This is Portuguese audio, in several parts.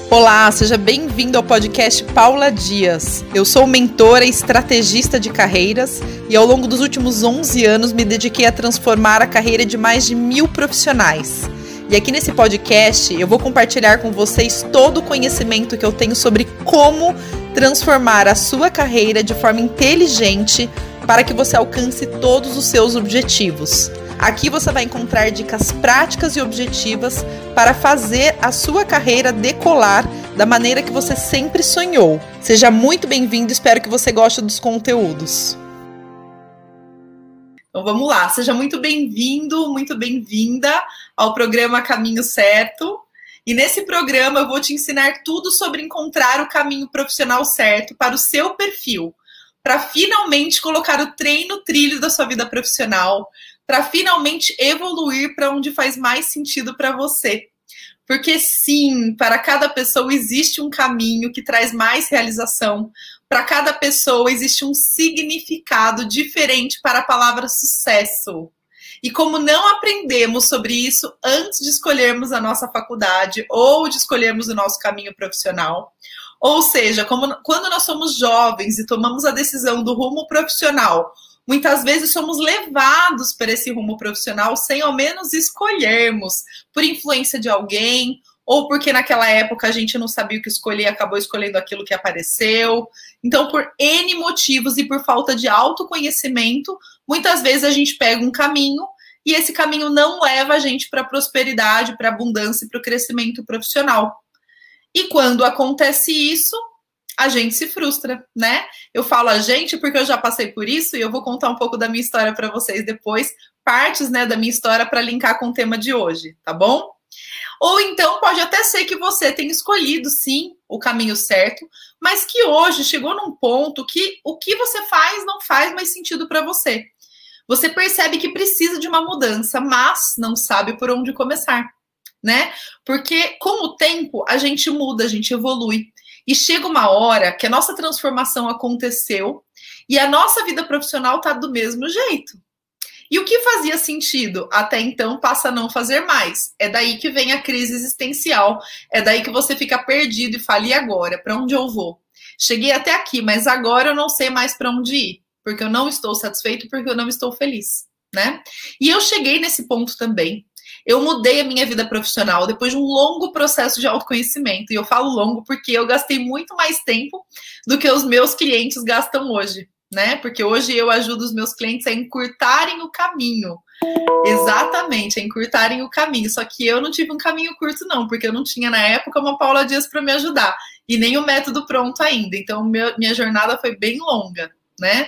Olá, seja bem-vindo ao podcast Paula Dias. Eu sou mentora e estrategista de carreiras e ao longo dos últimos 11 anos me dediquei a transformar a carreira de mais de 1.000 profissionais. E aqui nesse podcast eu vou compartilhar com vocês todo o conhecimento que eu tenho sobre como transformar a sua carreira de forma inteligente para que você alcance todos os seus objetivos. Aqui você vai encontrar dicas práticas e objetivas para fazer a sua carreira decolar da maneira que você sempre sonhou. Seja muito bem-vindo, espero que você goste dos conteúdos. Então vamos lá, seja muito bem-vindo, muito bem-vinda ao programa Caminho Certo. E nesse programa eu vou te ensinar tudo sobre encontrar o caminho profissional certo para o seu perfil, para finalmente colocar o trem no trilho da sua vida profissional, para finalmente evoluir para onde faz mais sentido para você. Porque sim, para cada pessoa existe um caminho que traz mais realização. Para cada pessoa existe um significado diferente para a palavra sucesso. E como não aprendemos sobre isso antes de escolhermos a nossa faculdade ou de escolhermos o nosso caminho profissional, ou seja, quando nós somos jovens e tomamos a decisão do rumo profissional, muitas vezes somos levados para esse rumo profissional sem ao menos escolhermos, por influência de alguém, ou porque naquela época a gente não sabia o que escolher e acabou escolhendo aquilo que apareceu. Então, por N motivos e por falta de autoconhecimento, muitas vezes a gente pega um caminho e esse caminho não leva a gente para a prosperidade, para a abundância e para o crescimento profissional. E quando acontece isso, a gente se frustra, né? Eu falo a gente porque eu já passei por isso e eu vou contar um pouco da minha história para vocês depois, partes, né, da minha história para linkar com o tema de hoje, tá bom? Ou então pode até ser que você tenha escolhido, sim, o caminho certo, mas que hoje chegou num ponto que o que você faz não faz mais sentido para você. Você percebe que precisa de uma mudança, mas não sabe por onde começar, né? Porque com o tempo a gente muda, a gente evolui. E chega uma hora que a nossa transformação aconteceu e a nossa vida profissional está do mesmo jeito. E o que fazia sentido até então passa a não fazer mais. É daí que vem a crise existencial. É daí que você fica perdido e fala, e agora? Para onde eu vou? Cheguei até aqui, mas agora eu não sei mais para onde ir. Porque eu não estou satisfeito, porque eu não estou feliz, né? E eu cheguei nesse ponto também. Eu mudei a minha vida profissional depois de um longo processo de autoconhecimento. E eu falo longo porque eu gastei muito mais tempo do que os meus clientes gastam hoje, né? Porque hoje eu ajudo os meus clientes a encurtarem o caminho. Exatamente, a encurtarem o caminho. Só que eu não tive um caminho curto, não, porque eu não tinha na época uma Paula Dias para me ajudar. E nem o método pronto ainda. Então, minha jornada foi bem longa, né?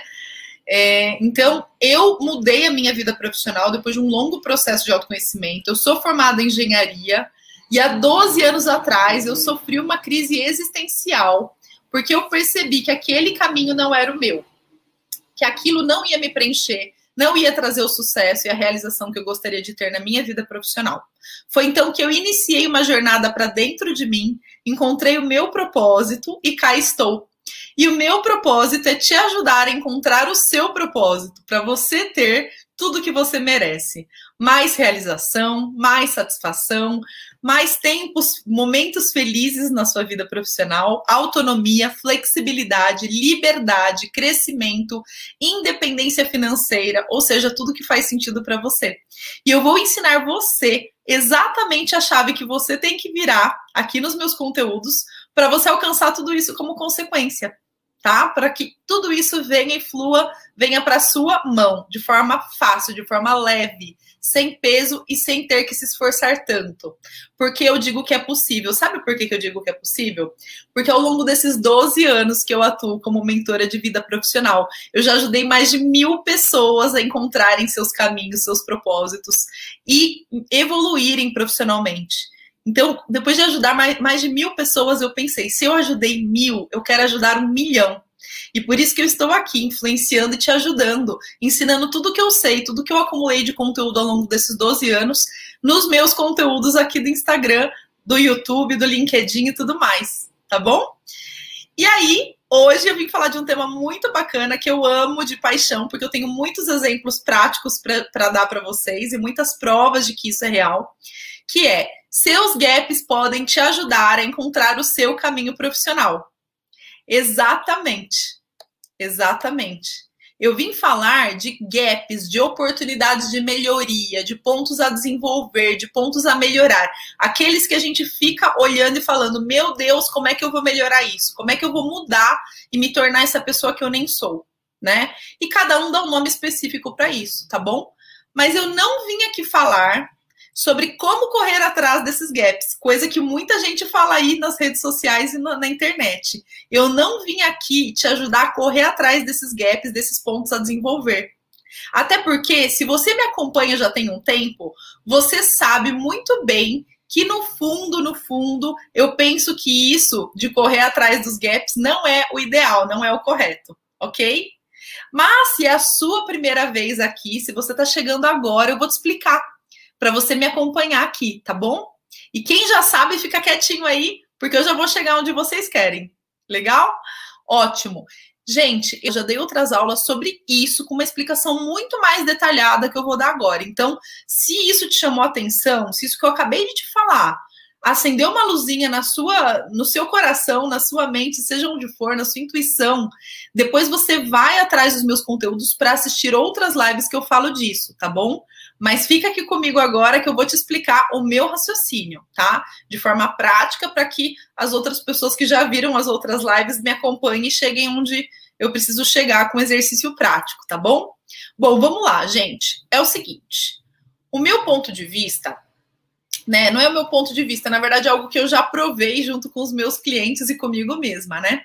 Então, eu mudei a minha vida profissional depois de um longo processo de autoconhecimento. Eu sou formada em engenharia e há 12 anos atrás eu sofri uma crise existencial porque eu percebi que aquele caminho não era o meu, que aquilo não ia me preencher, não ia trazer o sucesso e a realização que eu gostaria de ter na minha vida profissional. Foi então que eu iniciei uma jornada para dentro de mim, encontrei o meu propósito e cá estou. E o meu propósito é te ajudar a encontrar o seu propósito, para você ter tudo que você merece. Mais realização, mais satisfação, mais tempos, momentos felizes na sua vida profissional, autonomia, flexibilidade, liberdade, crescimento, independência financeira, ou seja, tudo que faz sentido para você. E eu vou ensinar você exatamente a chave que você tem que virar aqui nos meus conteúdos para você alcançar tudo isso como consequência, tá? Para que tudo isso venha e flua, venha para sua mão, de forma fácil, de forma leve, sem peso e sem ter que se esforçar tanto. Porque eu digo que é possível. Sabe por que eu digo que é possível? Porque ao longo desses 12 anos que eu atuo como mentora de vida profissional, eu já ajudei mais de 1.000 pessoas a encontrarem seus caminhos, seus propósitos e evoluírem profissionalmente. Então, depois de ajudar mais de 1.000 pessoas, eu pensei, se eu ajudei 1.000, eu quero ajudar 1 milhão. E por isso que eu estou aqui, influenciando e te ajudando, ensinando tudo que eu sei, tudo que eu acumulei de conteúdo ao longo desses 12 anos, nos meus conteúdos aqui do Instagram, do YouTube, do LinkedIn e tudo mais, tá bom? E aí, hoje eu vim falar de um tema muito bacana, que eu amo de paixão, porque eu tenho muitos exemplos práticos para dar para vocês e muitas provas de que isso é real, que é: seus gaps podem te ajudar a encontrar o seu caminho profissional. Exatamente. Exatamente. Eu vim falar de gaps, de oportunidades de melhoria, de pontos a desenvolver, de pontos a melhorar. Aqueles que a gente fica olhando e falando: meu Deus, como é que eu vou melhorar isso? Como é que eu vou mudar e me tornar essa pessoa que eu nem sou, né? E cada um dá um nome específico para isso, tá bom? Mas eu não vim aqui falar sobre como correr atrás desses gaps, coisa que muita gente fala aí nas redes sociais e na internet. Eu não vim aqui te ajudar a correr atrás desses gaps, desses pontos a desenvolver. Até porque, se você me acompanha já tem um tempo, você sabe muito bem que no fundo, eu penso que isso de correr atrás dos gaps não é o ideal, não é o correto, ok? Mas se é a sua primeira vez aqui, se você está chegando agora, eu vou te explicar para você me acompanhar aqui, tá bom? E quem já sabe, fica quietinho aí, porque eu já vou chegar onde vocês querem. Legal? Ótimo. Gente, eu já dei outras aulas sobre isso, com uma explicação muito mais detalhada que eu vou dar agora. Então, se isso te chamou a atenção, se isso que eu acabei de te falar acendeu uma luzinha no seu coração, na sua mente, seja onde for, na sua intuição, depois você vai atrás dos meus conteúdos para assistir outras lives que eu falo disso, tá bom? Mas fica aqui comigo agora que eu vou te explicar o meu raciocínio, tá? De forma prática, para que as outras pessoas que já viram as outras lives me acompanhem e cheguem onde eu preciso chegar com exercício prático, tá bom? Bom, vamos lá, gente. É o seguinte, o meu ponto de vista, né? Não é o meu ponto de vista, na verdade é algo que eu já provei junto com os meus clientes e comigo mesma, né?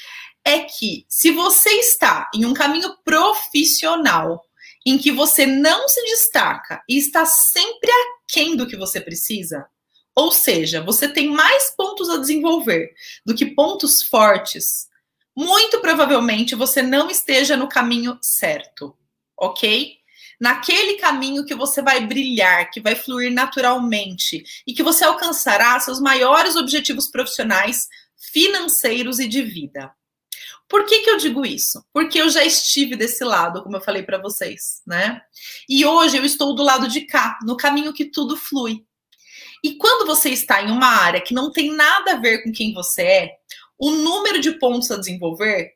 É que se você está em um caminho profissional em que você não se destaca e está sempre aquém do que você precisa, ou seja, você tem mais pontos a desenvolver do que pontos fortes, muito provavelmente você não esteja no caminho certo, ok? Naquele caminho que você vai brilhar, que vai fluir naturalmente e que você alcançará seus maiores objetivos profissionais, financeiros e de vida. Por que eu digo isso? Porque eu já estive desse lado, como eu falei para vocês, né? E hoje eu estou do lado de cá, no caminho que tudo flui. E quando você está em uma área que não tem nada a ver com quem você é, o número de pontos a desenvolver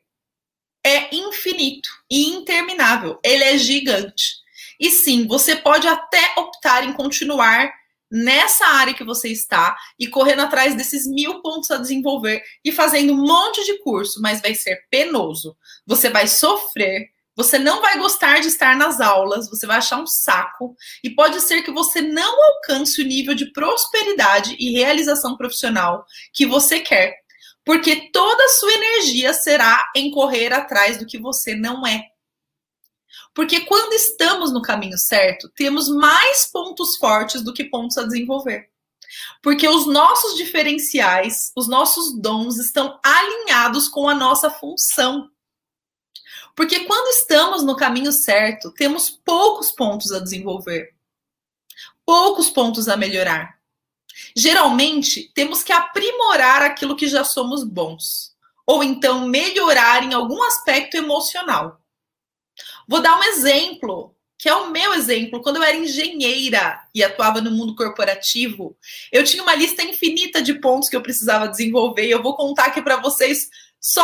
é infinito e interminável. Ele é gigante. E sim, você pode até optar em continuar nessa área que você está e correndo atrás desses 1000 pontos a desenvolver e fazendo um monte de curso, mas vai ser penoso. Você vai sofrer, você não vai gostar de estar nas aulas, você vai achar um saco e pode ser que você não alcance o nível de prosperidade e realização profissional que você quer, porque toda a sua energia será em correr atrás do que você não é. Porque quando estamos no caminho certo, temos mais pontos fortes do que pontos a desenvolver. Porque os nossos diferenciais, os nossos dons estão alinhados com a nossa função. Porque quando estamos no caminho certo, temos poucos pontos a desenvolver. Poucos pontos a melhorar. Geralmente, temos que aprimorar aquilo que já somos bons. Ou então melhorar em algum aspecto emocional. Vou dar um exemplo, que é o meu exemplo. Quando eu era engenheira e atuava no mundo corporativo, eu tinha uma lista infinita de pontos que eu precisava desenvolver. E eu vou contar aqui para vocês só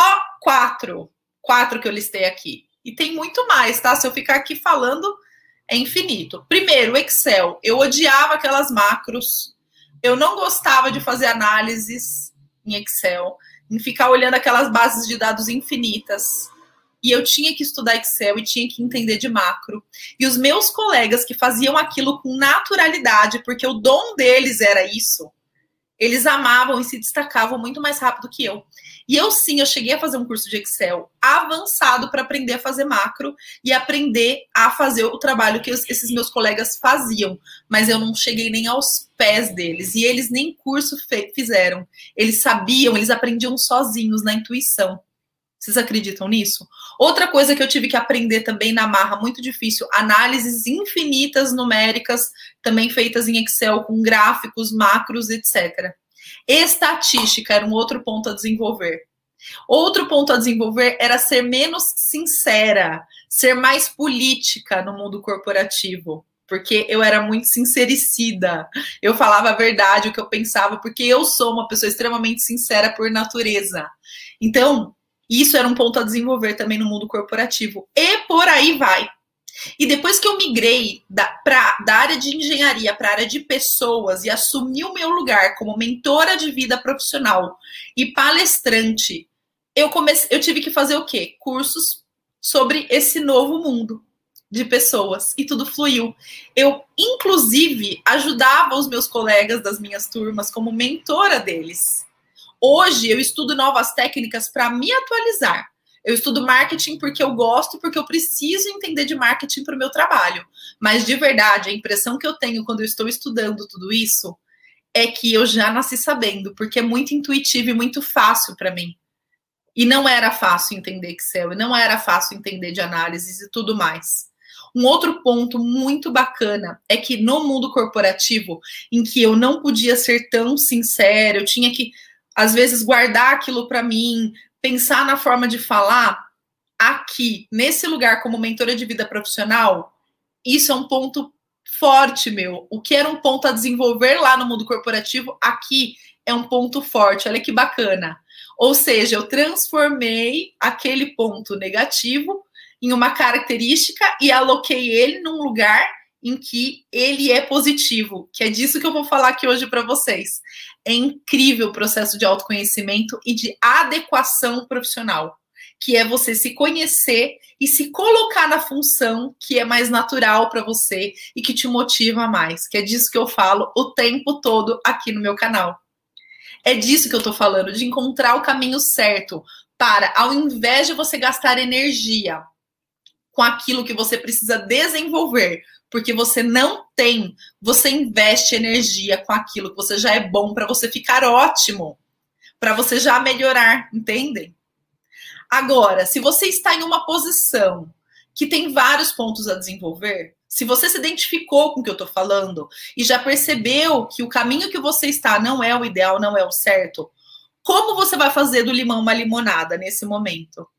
4 que eu listei aqui. E tem muito mais, tá? Se eu ficar aqui falando, é infinito. Primeiro, Excel. Eu odiava aquelas macros. Eu não gostava de fazer análises em Excel, em ficar olhando aquelas bases de dados infinitas. E eu tinha que estudar Excel e tinha que entender de macro. E os meus colegas que faziam aquilo com naturalidade, porque o dom deles era isso, eles amavam e se destacavam muito mais rápido que eu. E eu sim, eu cheguei a fazer um curso de Excel avançado para aprender a fazer macro e aprender a fazer o trabalho que esses meus colegas faziam. Mas eu não cheguei nem aos pés deles. E eles nem curso fizeram. Eles sabiam, eles aprendiam sozinhos, na intuição. Vocês acreditam nisso? Outra coisa que eu tive que aprender também na marra, muito difícil, análises infinitas numéricas, também feitas em Excel, com gráficos, macros, etc. Estatística era um outro ponto a desenvolver. Outro ponto a desenvolver era ser menos sincera, ser mais política no mundo corporativo. porque eu era muito sincericida. Eu falava a verdade, o que eu pensava, porque eu sou uma pessoa extremamente sincera por natureza. Então, isso era um ponto a desenvolver também no mundo corporativo. E por aí vai. E depois que eu migrei da área de engenharia para a área de pessoas e assumi o meu lugar como mentora de vida profissional e palestrante, eu tive que fazer o quê? Cursos sobre esse novo mundo de pessoas, e tudo fluiu. Eu, inclusive, ajudava os meus colegas das minhas turmas como mentora deles. Hoje, eu estudo novas técnicas para me atualizar. Eu estudo marketing porque eu gosto, porque eu preciso entender de marketing para o meu trabalho. Mas, de verdade, a impressão que eu tenho quando eu estou estudando tudo isso é que eu já nasci sabendo, porque é muito intuitivo e muito fácil para mim. E não era fácil entender Excel, e não era fácil entender de análises e tudo mais. Um outro ponto muito bacana é que no mundo corporativo, em que eu não podia ser tão sincera, eu tinha que, às vezes, guardar aquilo para mim, pensar na forma de falar, aqui, nesse lugar como mentora de vida profissional, isso é um ponto forte meu. O que era um ponto a desenvolver lá no mundo corporativo, aqui é um ponto forte. Olha que bacana. Ou seja, eu transformei aquele ponto negativo em uma característica e aloquei ele num lugar em que ele é positivo, que é disso que eu vou falar aqui hoje para vocês. É incrível o processo de autoconhecimento e de adequação profissional, que é você se conhecer e se colocar na função que é mais natural para você e que te motiva mais, que é disso que eu falo o tempo todo aqui no meu canal. É disso que eu tô falando, de encontrar o caminho certo para, ao invés de você gastar energia com aquilo que você precisa desenvolver, porque você não tem, você investe energia com aquilo que você já é bom para você ficar ótimo, para você já melhorar, entendem? Agora, se você está em uma posição que tem vários pontos a desenvolver, se você se identificou com o que eu estou falando e já percebeu que o caminho que você está não é o ideal, não é o certo, como você vai fazer do limão uma limonada nesse momento?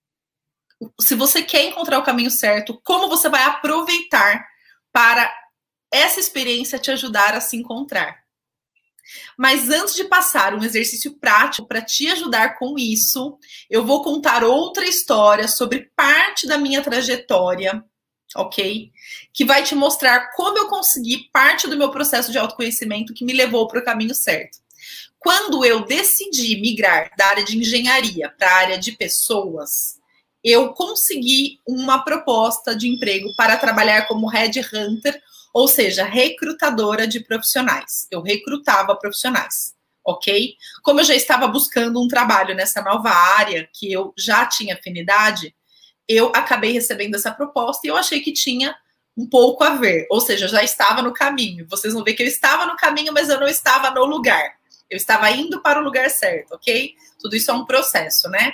Se você quer encontrar o caminho certo, como você vai aproveitar para essa experiência te ajudar a se encontrar? Mas antes de passar um exercício prático para te ajudar com isso, eu vou contar outra história sobre parte da minha trajetória, ok? Que vai te mostrar como eu consegui parte do meu processo de autoconhecimento que me levou para o caminho certo. Quando eu decidi migrar da área de engenharia para a área de pessoas, eu consegui uma proposta de emprego para trabalhar como headhunter, ou seja, recrutadora de profissionais. Eu recrutava profissionais, ok? Como eu já estava buscando um trabalho nessa nova área, que eu já tinha afinidade, eu acabei recebendo essa proposta e eu achei que tinha um pouco a ver. Ou seja, eu já estava no caminho. Vocês vão ver que eu estava no caminho, mas eu não estava no lugar. Eu estava indo para o lugar certo, ok? Tudo isso é um processo, né?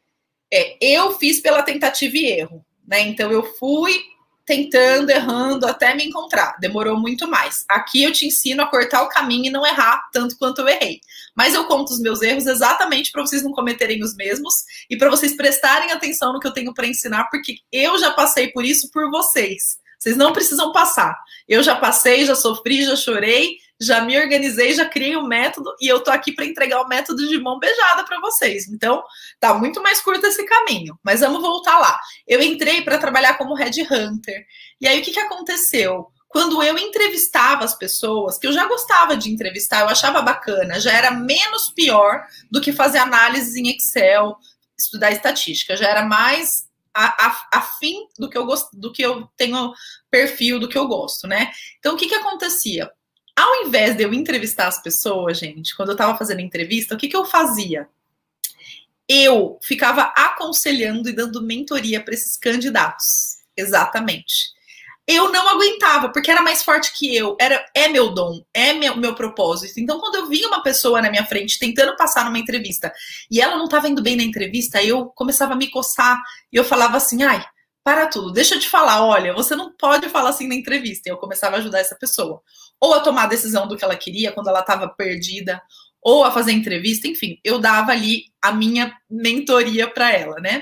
Eu fiz pela tentativa e erro, né? Então eu fui tentando, errando, até me encontrar. Demorou muito mais. Aqui eu te ensino a cortar o caminho e não errar tanto quanto eu errei. Mas eu conto os meus erros exatamente para vocês não cometerem os mesmos e para vocês prestarem atenção no que eu tenho para ensinar, porque eu já passei por isso por vocês. Vocês não precisam passar. Eu já passei, já sofri, já chorei, já me organizei, já criei um método e eu tô aqui para entregar o método de mão beijada para vocês. Então, tá muito mais curto esse caminho, mas vamos voltar lá. Eu entrei para trabalhar como headhunter. E aí, o que aconteceu? Quando eu entrevistava as pessoas, que eu já gostava de entrevistar, eu achava bacana, já era menos pior do que fazer análises em Excel, estudar estatística, já era mais afim do que eu gosto, do que eu tenho perfil, do que eu gosto, né? Então, o que acontecia? Ao invés de eu entrevistar as pessoas, gente, quando eu estava fazendo entrevista, o que eu fazia? Eu ficava aconselhando e dando mentoria para esses candidatos. Exatamente. Eu não aguentava, porque era mais forte que eu. É meu dom, é meu propósito. Então, quando eu via uma pessoa na minha frente tentando passar numa entrevista e ela não estava indo bem na entrevista, eu começava a me coçar e eu falava assim, ai, para tudo, deixa eu te falar, olha, você não pode falar assim na entrevista. E eu começava a ajudar essa pessoa. Ou a tomar a decisão do que ela queria quando ela estava perdida, ou a fazer entrevista, enfim, eu dava ali a minha mentoria para ela, né?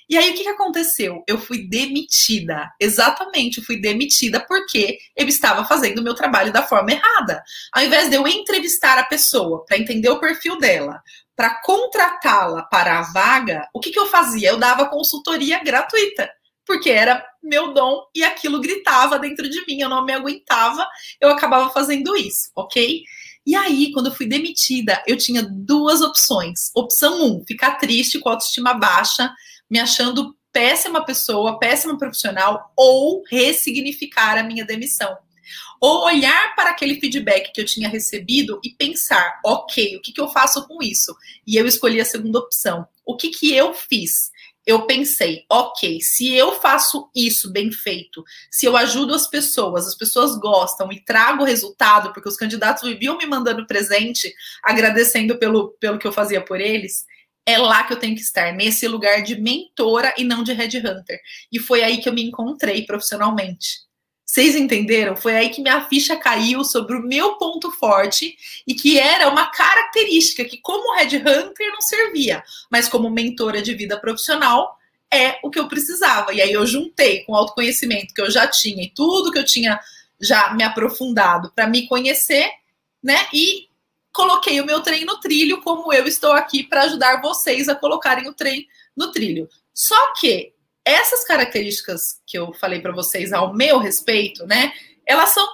E aí, o que aconteceu? Eu fui demitida. Exatamente, eu fui demitida porque eu estava fazendo o meu trabalho da forma errada. Ao invés de eu entrevistar a pessoa para entender o perfil dela, para contratá-la para a vaga, o que eu fazia? Eu dava consultoria gratuita, porque era meu dom e aquilo gritava dentro de mim, eu não me aguentava, eu acabava fazendo isso, ok? E aí, quando eu fui demitida, eu tinha duas opções. Opção 1, ficar triste, com a autoestima baixa, me achando péssima pessoa, péssima profissional, ou ressignificar a minha demissão. Ou olhar para aquele feedback que eu tinha recebido e pensar, ok, o que eu faço com isso? E eu escolhi a segunda opção. O que eu fiz? Eu pensei, ok, se eu faço isso bem feito, se eu ajudo as pessoas gostam e trago o resultado, porque os candidatos viviam me mandando presente, agradecendo pelo que eu fazia por eles, é lá que eu tenho que estar, nesse lugar de mentora e não de headhunter. E foi aí que eu me encontrei profissionalmente. Vocês entenderam? Foi aí que minha ficha caiu sobre o meu ponto forte e que era uma característica que, como headhunter, não servia, mas como mentora de vida profissional, é o que eu precisava. E aí eu juntei com o autoconhecimento que eu já tinha e tudo que eu tinha já me aprofundado para me conhecer, né? E coloquei o meu trem no trilho, como eu estou aqui para ajudar vocês a colocarem o trem no trilho. Só que essas características que eu falei para vocês ao meu respeito, né? Elas são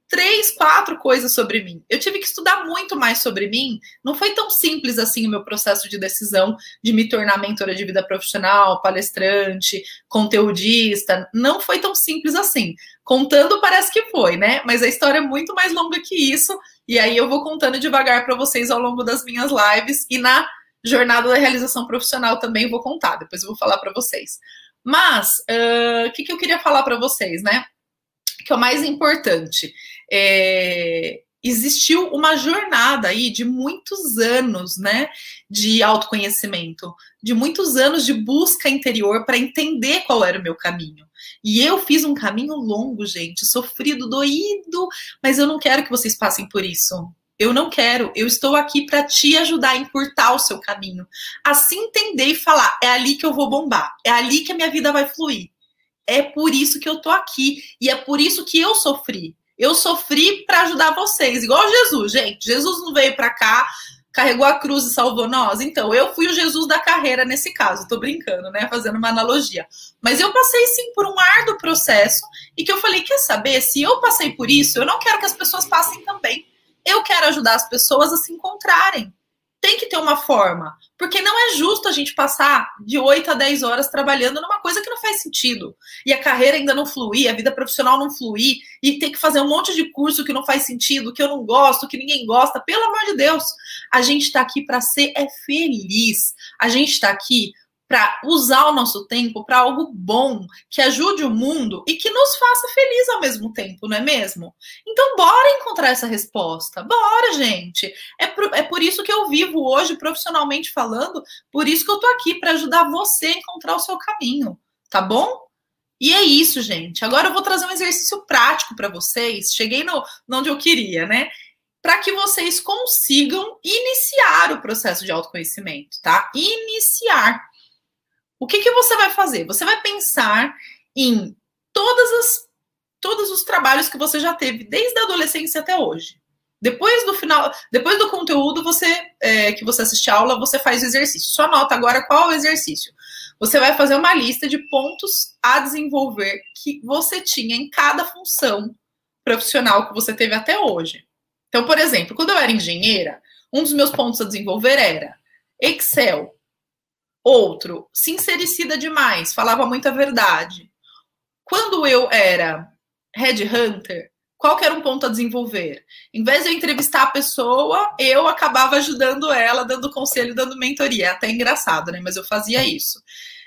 3, 4 coisas sobre mim. Eu tive que estudar muito mais sobre mim. Não foi tão simples assim o meu processo de decisão de me tornar mentora de vida profissional, palestrante, conteudista. Não foi tão simples assim. Contando parece que foi, né? Mas a história é muito mais longa que isso. E aí eu vou contando devagar para vocês ao longo das minhas lives e na jornada da realização profissional também vou contar. Depois eu vou falar para vocês. Mas, o que eu queria falar para vocês, né? Que é o mais importante. Existiu uma jornada aí de muitos anos, né? De autoconhecimento, de muitos anos de busca interior para entender qual era o meu caminho. E eu fiz um caminho longo, gente, sofrido, doído, mas eu não quero que vocês passem por isso. Eu não quero, eu estou aqui para te ajudar a encurtar o seu caminho, a se entender e falar, é ali que eu vou bombar, é ali que a minha vida vai fluir. É por isso que eu tô aqui e é por isso que eu sofri. Eu sofri para ajudar vocês, igual Jesus, gente. Jesus não veio para cá, carregou a cruz e salvou nós. Então, eu fui o Jesus da carreira nesse caso. Tô brincando, né? Fazendo uma analogia. Mas eu passei, sim, por um árduo processo e que eu falei, quer saber? Se eu passei por isso, eu não quero que as pessoas passem também. Eu quero ajudar as pessoas a se encontrarem. Tem que ter uma forma. Porque não é justo a gente passar de 8 a 10 horas trabalhando numa coisa que não faz sentido. E a carreira ainda não fluir, a vida profissional não fluir, e ter que fazer um monte de curso que não faz sentido, que eu não gosto, que ninguém gosta. Pelo amor de Deus, a gente está aqui para ser feliz. A gente está aqui para usar o nosso tempo para algo bom, que ajude o mundo e que nos faça feliz ao mesmo tempo, não é mesmo? Então, bora encontrar essa resposta. Bora, gente. É por isso que eu vivo hoje, profissionalmente falando, por isso que eu tô aqui, para ajudar você a encontrar o seu caminho, tá bom? E é isso, gente. Agora eu vou trazer um exercício prático para vocês. Cheguei onde eu queria, né? Para que vocês consigam iniciar o processo de autoconhecimento, tá? Iniciar. O que você vai fazer? Você vai pensar em todos os trabalhos que você já teve, desde a adolescência até hoje. Depois do conteúdo que você assiste a aula, você faz o exercício. Só anota agora qual é o exercício. Você vai fazer uma lista de pontos a desenvolver que você tinha em cada função profissional que você teve até hoje. Então, por exemplo, quando eu era engenheira, um dos meus pontos a desenvolver era Excel. Outro, sincericida demais, falava muita verdade. Quando eu era headhunter, qual que era um ponto a desenvolver? Em vez de eu entrevistar a pessoa, eu acabava ajudando ela, dando conselho, dando mentoria. É até engraçado, né? Mas eu fazia isso.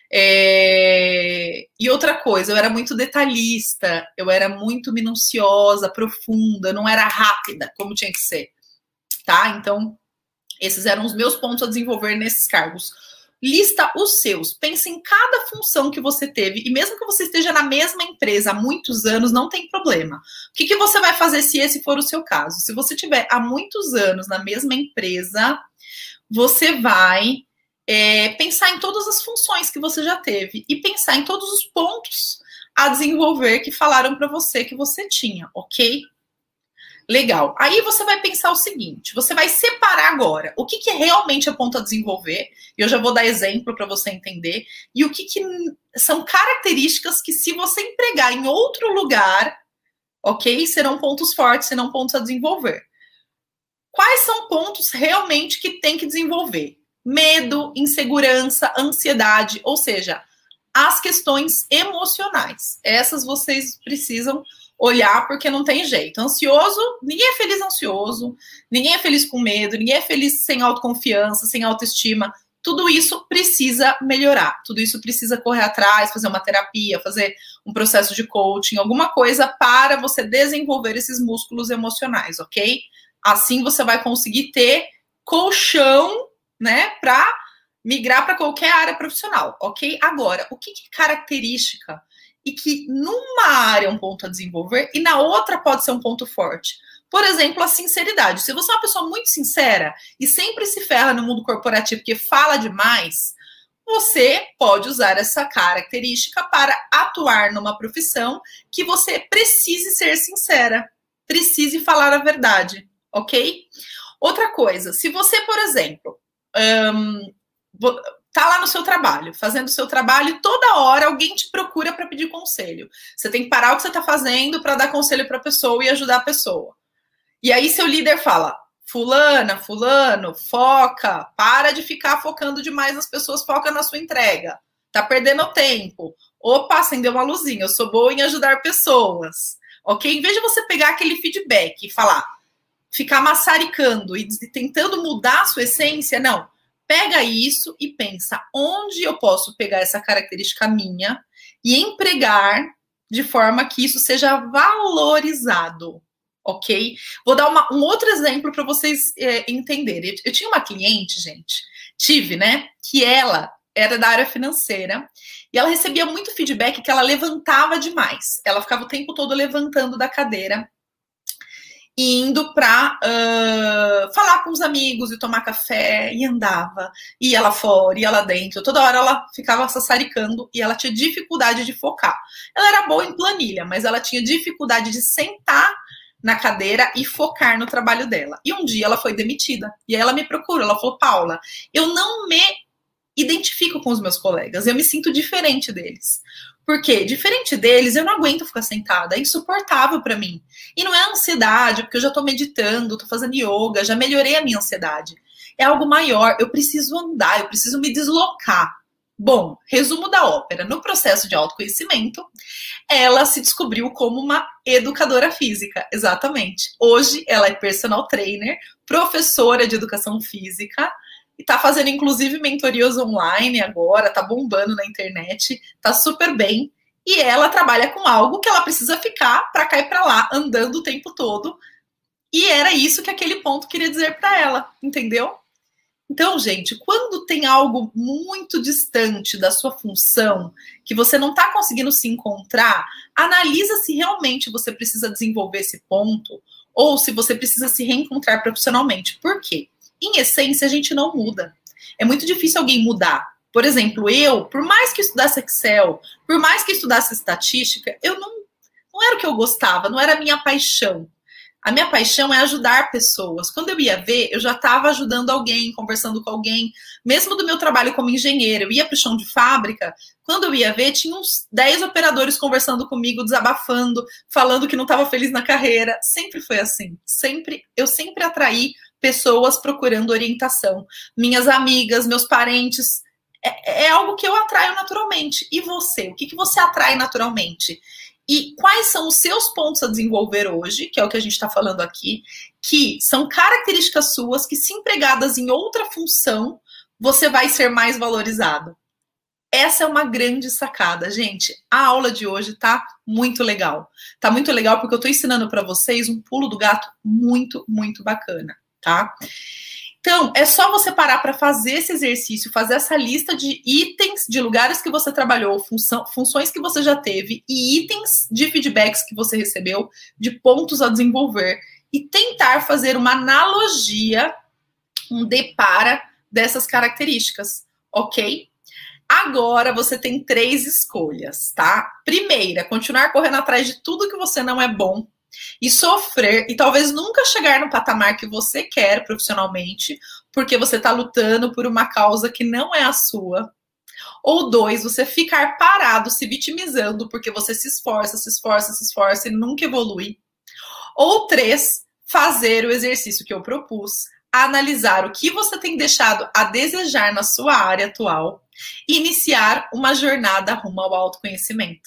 E outra coisa, eu era muito detalhista, eu era muito minuciosa, profunda, não era rápida, como tinha que ser. Tá? Então, esses eram os meus pontos a desenvolver nesses cargos. Lista os seus, pense em cada função que você teve, e mesmo que você esteja na mesma empresa há muitos anos, não tem problema. O que você vai fazer se esse for o seu caso? Se você tiver há muitos anos na mesma empresa, você vai pensar em todas as funções que você já teve e pensar em todos os pontos a desenvolver que falaram para você que você tinha, ok? Legal. Aí você vai pensar o seguinte, você vai separar agora o que realmente é ponto a desenvolver, e eu já vou dar exemplo para você entender, e o que são características que se você empregar em outro lugar, ok, serão pontos fortes, serão pontos a desenvolver. Quais são pontos realmente que tem que desenvolver? Medo, insegurança, ansiedade, ou seja, as questões emocionais. Essas vocês precisam olhar porque não tem jeito. Ansioso, ninguém é feliz ansioso, ninguém é feliz com medo, ninguém é feliz sem autoconfiança, sem autoestima. Tudo isso precisa melhorar, tudo isso precisa correr atrás, fazer uma terapia, fazer um processo de coaching, alguma coisa para você desenvolver esses músculos emocionais, ok? Assim você vai conseguir ter colchão, né, para migrar para qualquer área profissional, ok? Agora, o que é característica e que numa área é um ponto a desenvolver e na outra pode ser um ponto forte? Por exemplo, a sinceridade. Se você é uma pessoa muito sincera e sempre se ferra no mundo corporativo porque fala demais, você pode usar essa característica para atuar numa profissão que você precise ser sincera, precise falar a verdade, ok? Outra coisa, se você, por exemplo, tá lá no seu trabalho, fazendo o seu trabalho, e toda hora alguém te procura para pedir conselho. Você tem que parar o que você está fazendo para dar conselho para a pessoa e ajudar a pessoa. E aí seu líder fala, fulana, fulano, foca, para de ficar focando demais nas pessoas, foca na sua entrega. Tá perdendo tempo. Opa, acendeu uma luzinha, eu sou boa em ajudar pessoas. Ok? Em vez de você pegar aquele feedback e falar, ficar maçaricando e tentando mudar a sua essência, não. Pega isso e pensa, onde eu posso pegar essa característica minha e empregar de forma que isso seja valorizado, ok? Vou dar um outro exemplo para vocês entenderem. Eu tinha uma cliente, gente, né, que ela era da área financeira e ela recebia muito feedback que ela levantava demais. Ela ficava o tempo todo levantando da cadeira, indo para falar com os amigos e tomar café, e andava, ia lá fora, ia lá dentro, toda hora ela ficava sassaricando e ela tinha dificuldade de focar. Ela era boa em planilha, mas ela tinha dificuldade de sentar na cadeira e focar no trabalho dela. E um dia ela foi demitida, e aí ela me procurou, ela falou, Paula, eu não me identifico com os meus colegas, eu me sinto diferente deles. Porque, diferente deles, eu não aguento ficar sentada, é insuportável para mim. E não é ansiedade, porque eu já estou meditando, estou fazendo yoga, já melhorei a minha ansiedade. É algo maior, eu preciso andar, eu preciso me deslocar. Bom, resumo da ópera. No processo de autoconhecimento, ela se descobriu como uma educadora física, exatamente. Hoje, ela é personal trainer, professora de educação física, e tá fazendo, inclusive, mentorias online agora, tá bombando na internet, tá super bem. E ela trabalha com algo que ela precisa ficar para cá e para lá, andando o tempo todo. E era isso que aquele ponto queria dizer para ela, entendeu? Então, gente, quando tem algo muito distante da sua função, que você não tá conseguindo se encontrar, analisa se realmente você precisa desenvolver esse ponto ou se você precisa se reencontrar profissionalmente. Por quê? Em essência, a gente não muda. É muito difícil alguém mudar. Por exemplo, eu, por mais que estudasse Excel, por mais que estudasse estatística, eu não era o que eu gostava, não era a minha paixão. A minha paixão é ajudar pessoas. Quando eu ia ver, eu já estava ajudando alguém, conversando com alguém. Mesmo do meu trabalho como engenheiro, eu ia para o chão de fábrica. Quando eu ia ver, tinha uns 10 operadores conversando comigo, desabafando, falando que não estava feliz na carreira. Sempre foi assim. Eu sempre atraí pessoas procurando orientação. Minhas amigas, meus parentes. É algo que eu atraio naturalmente. E você? O que você atrai naturalmente? E quais são os seus pontos a desenvolver hoje, que é o que a gente está falando aqui, que são características suas que, se empregadas em outra função, você vai ser mais valorizado. Essa é uma grande sacada, gente. A aula de hoje tá muito legal. Tá muito legal porque eu tô ensinando para vocês um pulo do gato muito, muito bacana, tá? Então, é só você parar para fazer esse exercício, fazer essa lista de itens, de lugares que você trabalhou, funções que você já teve e itens de feedbacks que você recebeu, de pontos a desenvolver e tentar fazer uma analogia, um depara dessas características. ok? Agora você tem 3 escolhas, tá? Primeira, continuar correndo atrás de tudo que você não é bom e sofrer, e talvez nunca chegar no patamar que você quer profissionalmente, porque você está lutando por uma causa que não é a sua. Ou 2, você ficar parado, se vitimizando, porque você se esforça, se esforça, se esforça e nunca evolui. Ou 3, fazer o exercício que eu propus, analisar o que você tem deixado a desejar na sua área atual e iniciar uma jornada rumo ao autoconhecimento.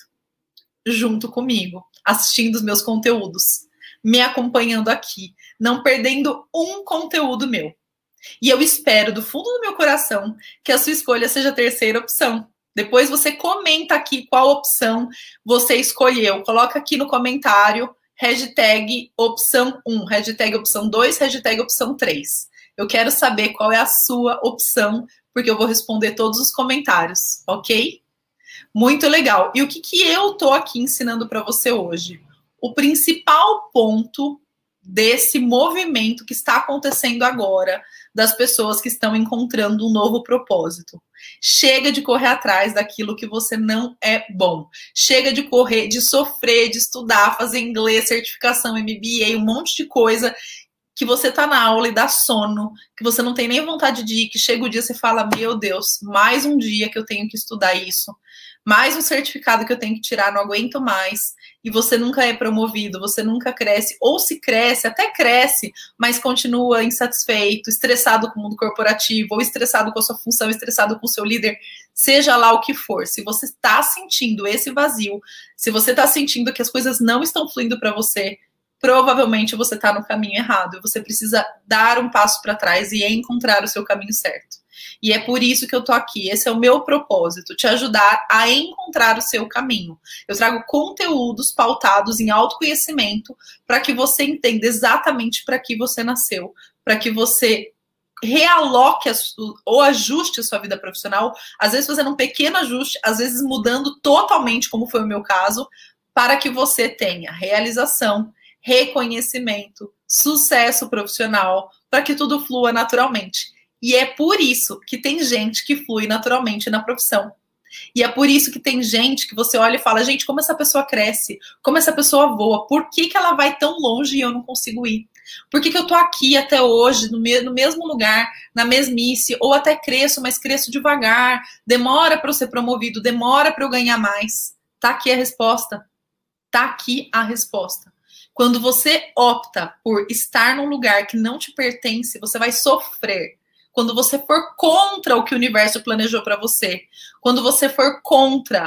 Junto comigo, assistindo os meus conteúdos, me acompanhando aqui, não perdendo um conteúdo meu. E eu espero do fundo do meu coração que a sua escolha seja a terceira opção. Depois você comenta aqui qual opção você escolheu. Coloca aqui no comentário hashtag opção 1, hashtag opção 2, hashtag opção 3. Eu quero saber qual é a sua opção, porque eu vou responder todos os comentários, ok? Muito legal. E o que eu tô aqui ensinando para você hoje? O principal ponto desse movimento que está acontecendo agora, das pessoas que estão encontrando um novo propósito. Chega de correr atrás daquilo que você não é bom. Chega de correr, de sofrer, de estudar, fazer inglês, certificação, MBA, um monte de coisa que você tá na aula e dá sono, que você não tem nem vontade de ir, que chega o dia e você fala, meu Deus, mais um dia que eu tenho que estudar isso, mais um certificado que eu tenho que tirar, não aguento mais, e você nunca é promovido, você nunca cresce, ou se cresce, até cresce, mas continua insatisfeito, estressado com o mundo corporativo, ou estressado com a sua função, estressado com o seu líder, seja lá o que for. Se você está sentindo esse vazio, se você está sentindo que as coisas não estão fluindo para você, provavelmente você está no caminho errado. Você precisa dar um passo para trás e encontrar o seu caminho certo. E é por isso que eu tô aqui. Esse é o meu propósito, te ajudar a encontrar o seu caminho. Eu trago conteúdos pautados em autoconhecimento para que você entenda exatamente para que você nasceu, para que você realoque ou ajuste a sua vida profissional, às vezes fazendo um pequeno ajuste, às vezes mudando totalmente, como foi o meu caso, para que você tenha realização, reconhecimento, sucesso profissional, para que tudo flua naturalmente. E é por isso que tem gente que flui naturalmente na profissão. E é por isso que tem gente que você olha e fala, gente, como essa pessoa cresce, como essa pessoa voa, por que ela vai tão longe e eu não consigo ir? Por que eu tô aqui até hoje, no mesmo lugar, na mesmice, ou até cresço, mas cresço devagar, demora para eu ser promovido, demora para eu ganhar mais? Tá aqui a resposta. Tá aqui a resposta. Quando você opta por estar num lugar que não te pertence, você vai sofrer. Quando você for contra o que o universo planejou para você, quando você for contra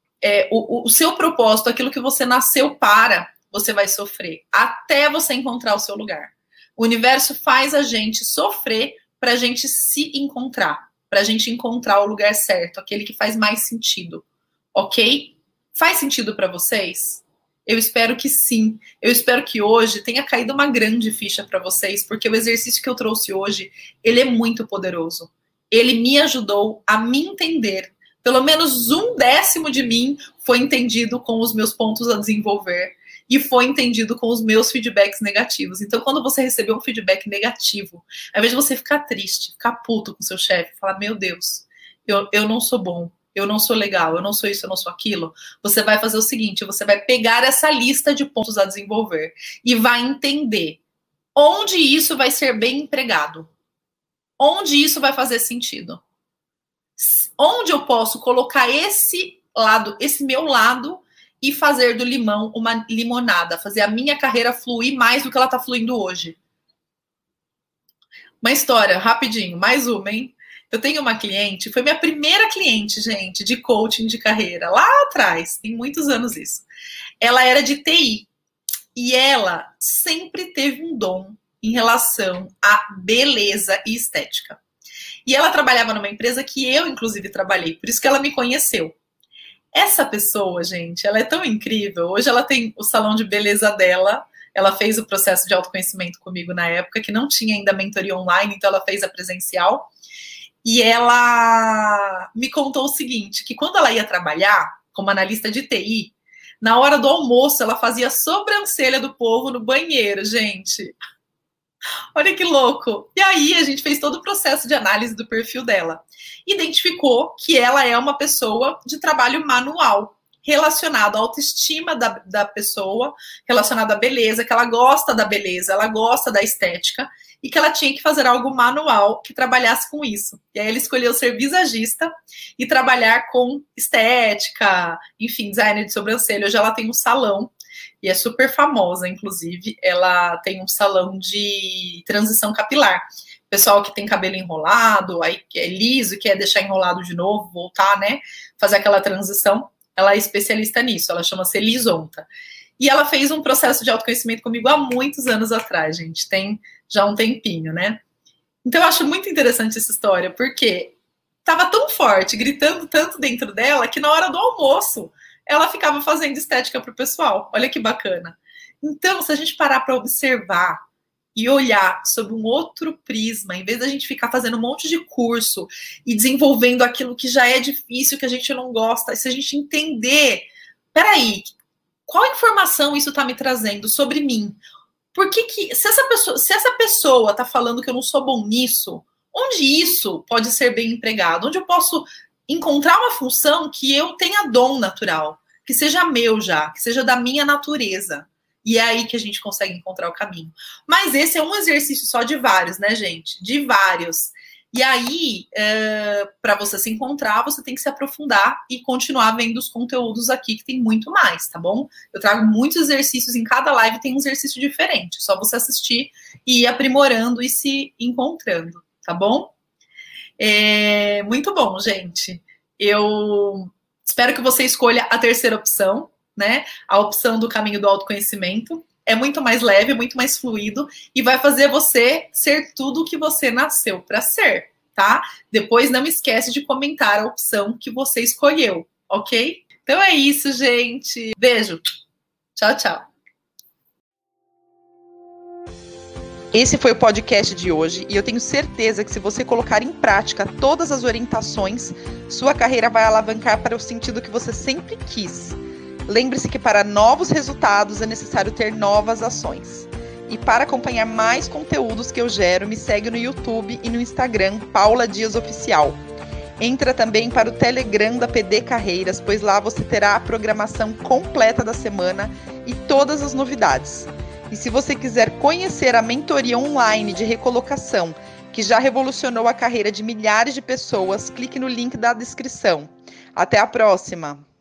o seu propósito, aquilo que você nasceu para, você vai sofrer até você encontrar o seu lugar. O universo faz a gente sofrer para a gente se encontrar, para a gente encontrar o lugar certo, aquele que faz mais sentido, ok? Faz sentido para vocês? Eu espero que sim. Eu espero que hoje tenha caído uma grande ficha para vocês, porque o exercício que eu trouxe hoje, ele é muito poderoso. Ele me ajudou a me entender. Pelo menos 1/10 de mim foi entendido com os meus pontos a desenvolver e foi entendido com os meus feedbacks negativos. Então, quando você receber um feedback negativo, ao invés de você ficar triste, ficar puto com seu chefe, falar, meu Deus, eu não sou bom, eu não sou legal, eu não sou isso, eu não sou aquilo, você vai fazer o seguinte, você vai pegar essa lista de pontos a desenvolver e vai entender onde isso vai ser bem empregado, onde isso vai fazer sentido, onde eu posso colocar esse lado, esse meu lado e fazer do limão uma limonada, fazer a minha carreira fluir mais do que ela está fluindo hoje. Uma história, rapidinho, mais uma, hein? Eu tenho uma cliente, foi minha primeira cliente, gente, de coaching de carreira, lá atrás, tem muitos anos isso. Ela era de TI e ela sempre teve um dom em relação à beleza e estética. E ela trabalhava numa empresa que eu, inclusive, trabalhei, por isso que ela me conheceu. Essa pessoa, gente, ela é tão incrível. Hoje ela tem o salão de beleza dela. Ela fez o processo de autoconhecimento comigo na época, que não tinha ainda mentoria online, então ela fez a presencial. E ela me contou o seguinte, que quando ela ia trabalhar como analista de TI, na hora do almoço ela fazia sobrancelha do povo no banheiro, gente. Olha que louco. E aí a gente fez todo o processo de análise do perfil dela. identificou que ela é uma pessoa de trabalho manual, relacionado à autoestima da pessoa, relacionado à beleza, que ela gosta da beleza, ela gosta da estética, e que ela tinha que fazer algo manual que trabalhasse com isso. E aí ela escolheu ser visagista e trabalhar com estética, enfim, design de sobrancelha. Hoje ela tem um salão, e é super famosa, inclusive. Ela tem um salão de transição capilar. Pessoal que tem cabelo enrolado, aí é liso, quer deixar enrolado de novo, voltar, né? Fazer aquela transição. Ela é especialista nisso, ela chama-se Elisonta. E ela fez um processo de autoconhecimento comigo há muitos anos atrás, gente. Tem já um tempinho, né? Então eu acho muito interessante essa história, porque estava tão forte, gritando tanto dentro dela, que na hora do almoço ela ficava fazendo estética para o pessoal. Olha que bacana. Então, se a gente parar para observar e olhar sob um outro prisma, em vez da gente ficar fazendo um monte de curso e desenvolvendo aquilo que já é difícil, que a gente não gosta, se a gente entender, peraí, qual informação isso está me trazendo sobre mim? Por que se essa pessoa está falando que eu não sou bom nisso, onde isso pode ser bem empregado? Onde eu posso encontrar uma função que eu tenha dom natural, que seja meu já, que seja da minha natureza? E é aí que a gente consegue encontrar o caminho. Mas esse é um exercício só de vários, né, gente? De vários. E aí, para você se encontrar, você tem que se aprofundar e continuar vendo os conteúdos aqui, que tem muito mais, tá bom? Eu trago muitos exercícios, em cada live tem um exercício diferente. Só você assistir e ir aprimorando e se encontrando, tá bom? Muito bom, gente. Eu espero que você escolha a terceira opção, né? A opção do caminho do autoconhecimento. É muito mais leve, muito mais fluido e vai fazer você ser tudo o que você nasceu para ser, tá? Depois não esquece de comentar a opção que você escolheu, ok? Então é isso, gente. Beijo. Tchau, tchau. Esse foi o podcast de hoje e eu tenho certeza que se você colocar em prática todas as orientações, sua carreira vai alavancar para o sentido que você sempre quis. Lembre-se que para novos resultados é necessário ter novas ações. E para acompanhar mais conteúdos que eu gero, me segue no YouTube e no Instagram, Paula Dias Oficial. Entra também para o Telegram da PD Carreiras, pois lá você terá a programação completa da semana e todas as novidades. E se você quiser conhecer a mentoria online de recolocação, que já revolucionou a carreira de milhares de pessoas, clique no link da descrição. Até a próxima!